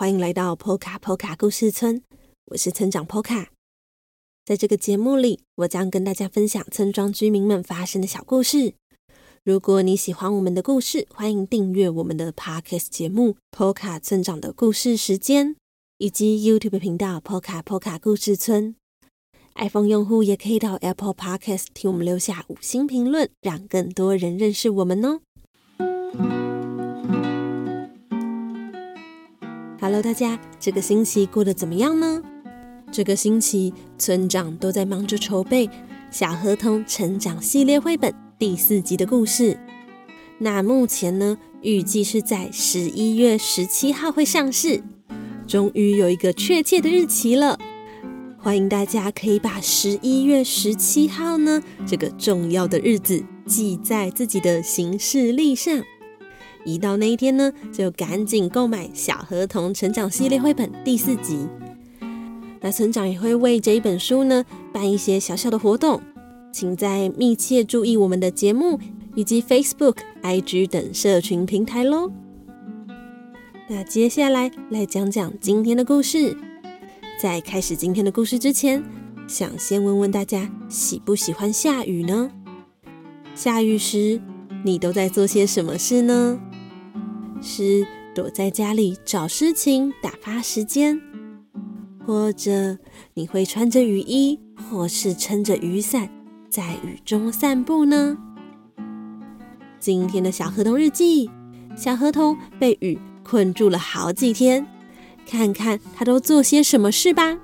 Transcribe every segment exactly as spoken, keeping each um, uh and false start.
欢迎来到 Poca Poca 故事村，我是村长 Poca。在这个节目里，我将跟大家分享村庄居民们发生的小故事。如果你喜欢我们的故事，欢迎订阅我们的 Podcast 节目 Poca 村长的故事时间，以及 YouTube 频道 Poca Poca 故事村。iPhone 用户也可以到 Apple Podcast 替我们留下五星评论，让更多人认识我们哦。Hello， 大家，这个星期过得怎么样呢？这个星期，村长都在忙着筹备《小河童成长系列绘本》第四集的故事。那目前呢，预计是在十一月十七号会上市，终于有一个确切的日期了。欢迎大家可以把十一月十七号呢这个重要的日子记在自己的行事历上。一到那一天呢，就赶紧购买《小河童成长系列绘本》第四集。那村长也会为这一本书呢办一些小小的活动，请在密切注意我们的节目以及 Facebook、I G 等社群平台咯。那接下来来讲讲今天的故事。在开始今天的故事之前，想先问问大家喜不喜欢下雨呢？下雨时你都在做些什么事呢？是躲在家里找事情打发时间，或者你会穿着雨衣或是撑着雨伞在雨中散步呢？今天的小河童日记，小河童被雨困住了好几天，看看他都做些什么事吧。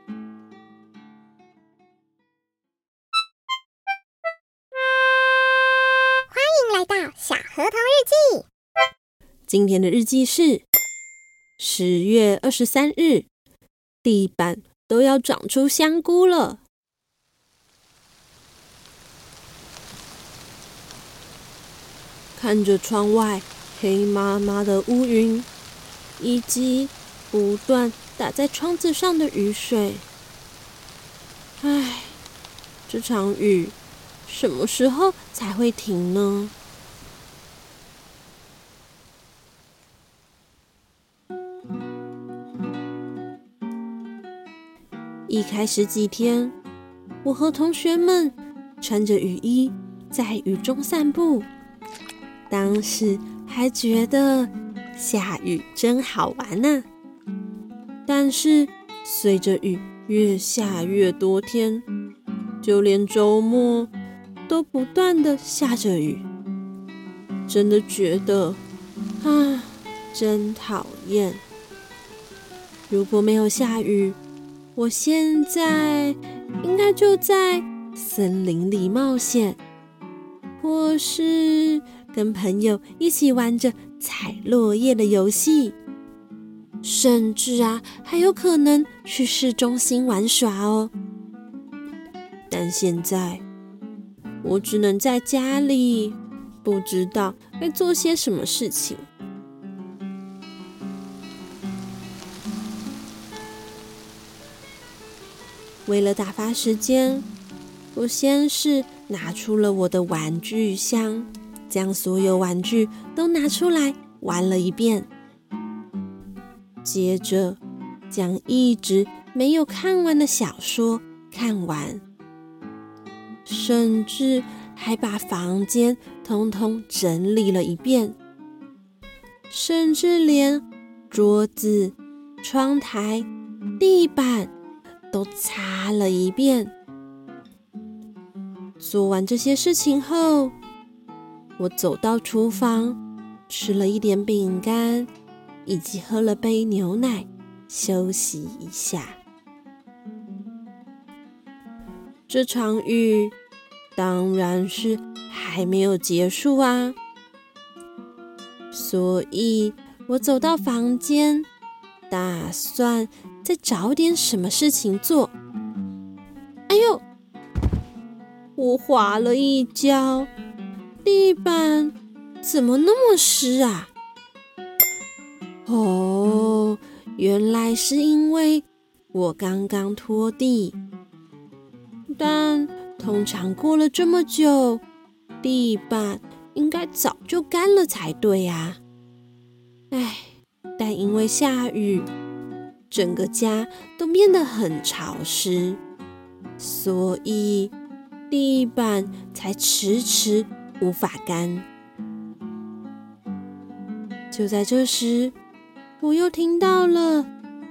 欢迎来到小河童日记。 今天的日记是十月二十三日，地板都要长出香菇了。看着窗外黑麻麻的乌云，以及不断打在窗子上的雨水，唉，这场雨什么时候才会停呢？一开始几天，我和同学们穿着雨衣在雨中散步，当时还觉得下雨真好玩啊。但是随着雨越下越多天，就连周末都不断的下着雨，真的觉得啊，真讨厌。如果没有下雨，我现在应该就在森林里冒险，或是跟朋友一起玩着采落叶的游戏，甚至啊，还有可能去市中心玩耍哦。但现在我只能在家里，不知道该做些什么事情。为了打发时间，我先是拿出了我的玩具箱，将所有玩具都拿出来玩了一遍。接着将一直没有看完的小说看完，甚至还把房间通通整理了一遍，甚至连桌子、窗台、地板都擦了一遍。做完这些事情后，我走到厨房，吃了一点饼干，以及喝了杯牛奶，休息一下。这场雨当然是还没有结束啊，所以我走到房间，打算再找点什么事情做。哎呦，我滑了一跤，地板怎么那么湿啊？哦，原来是因为我刚刚拖地。但通常过了这么久，地板应该早就干了才对啊。唉， 但因为下雨，整个家都变得很潮湿，所以地板才迟迟无法干。就在这时，我又听到了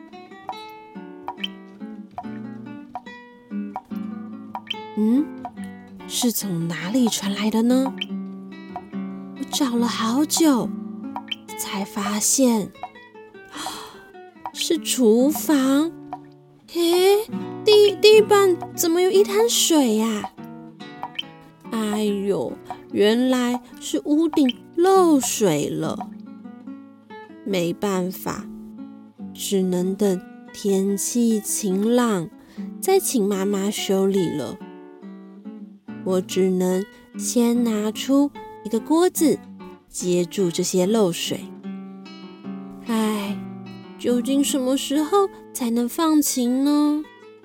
嗯，是从哪里传来的呢？我找了好久，才发现是厨房。诶，地地板怎么有一滩水呀？哎呦，原来是屋顶漏水了。没办法，只能等天气晴朗，再请妈妈修理了。我只能先拿出一个锅子，接住这些漏水。唉，究竟什么时候才能放晴呢？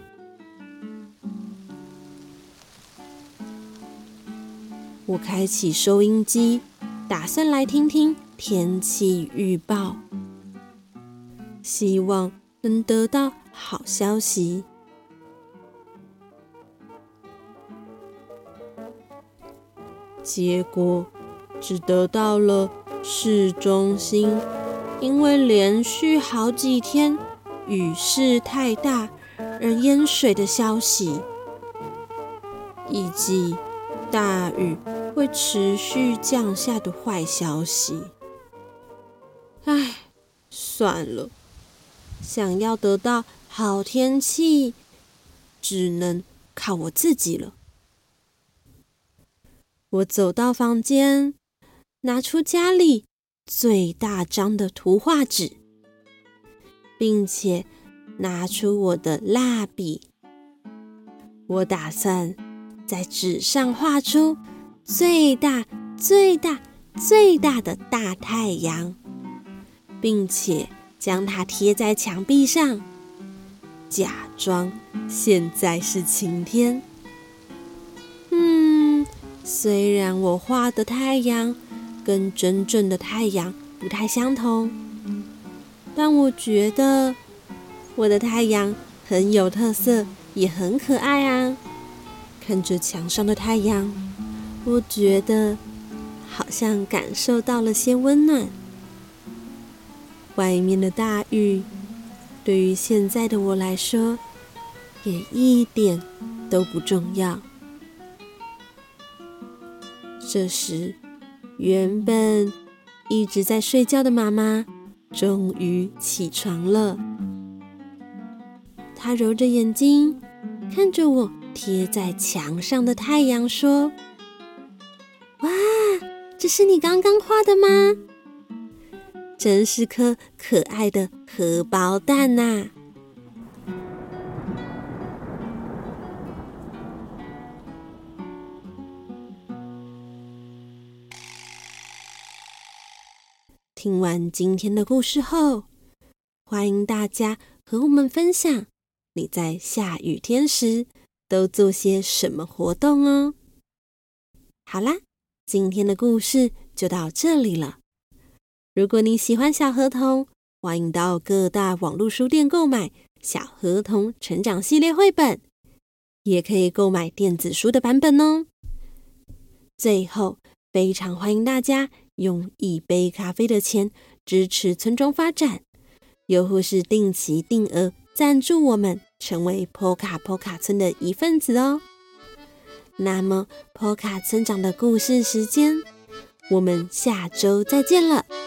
我开启收音机，打算来听听天气预报，希望能得到好消息。结果只得到了市中心因为连续好几天雨势太大而淹水的消息，以及大雨会持续降下的坏消息。唉，算了，想要得到好天气，只能靠我自己了。我走到房间，拿出家里最大张的图画纸，并且拿出我的蜡笔。我打算在纸上画出最大、最大、最大的大太阳，并且将它贴在墙壁上，假装现在是晴天。嗯，虽然我画的太阳跟真正的太阳不太相同，但我觉得我的太阳很有特色，也很可爱啊。看着墙上的太阳，我觉得好像感受到了些温暖。外面的大雨对于现在的我来说也一点都不重要。这时，原本一直在睡觉的妈妈终于起床了。她揉着眼睛，看着我贴在墙上的太阳说：“哇，这是你刚刚画的吗？真是颗可爱的荷包蛋啊！”听完今天的故事后，欢迎大家和我们分享你在下雨天时都做些什么活动哦。好啦，今天的故事就到这里了。如果你喜欢小河童，欢迎到各大网络书店购买小河童成长系列绘本，也可以购买电子书的版本哦。最后，非常欢迎大家用一杯咖啡的钱支持村庄发展，又或是定期定额赞助我们，成为波卡波卡村的一份子哦。那么波卡村长的故事时间，我们下周再见了。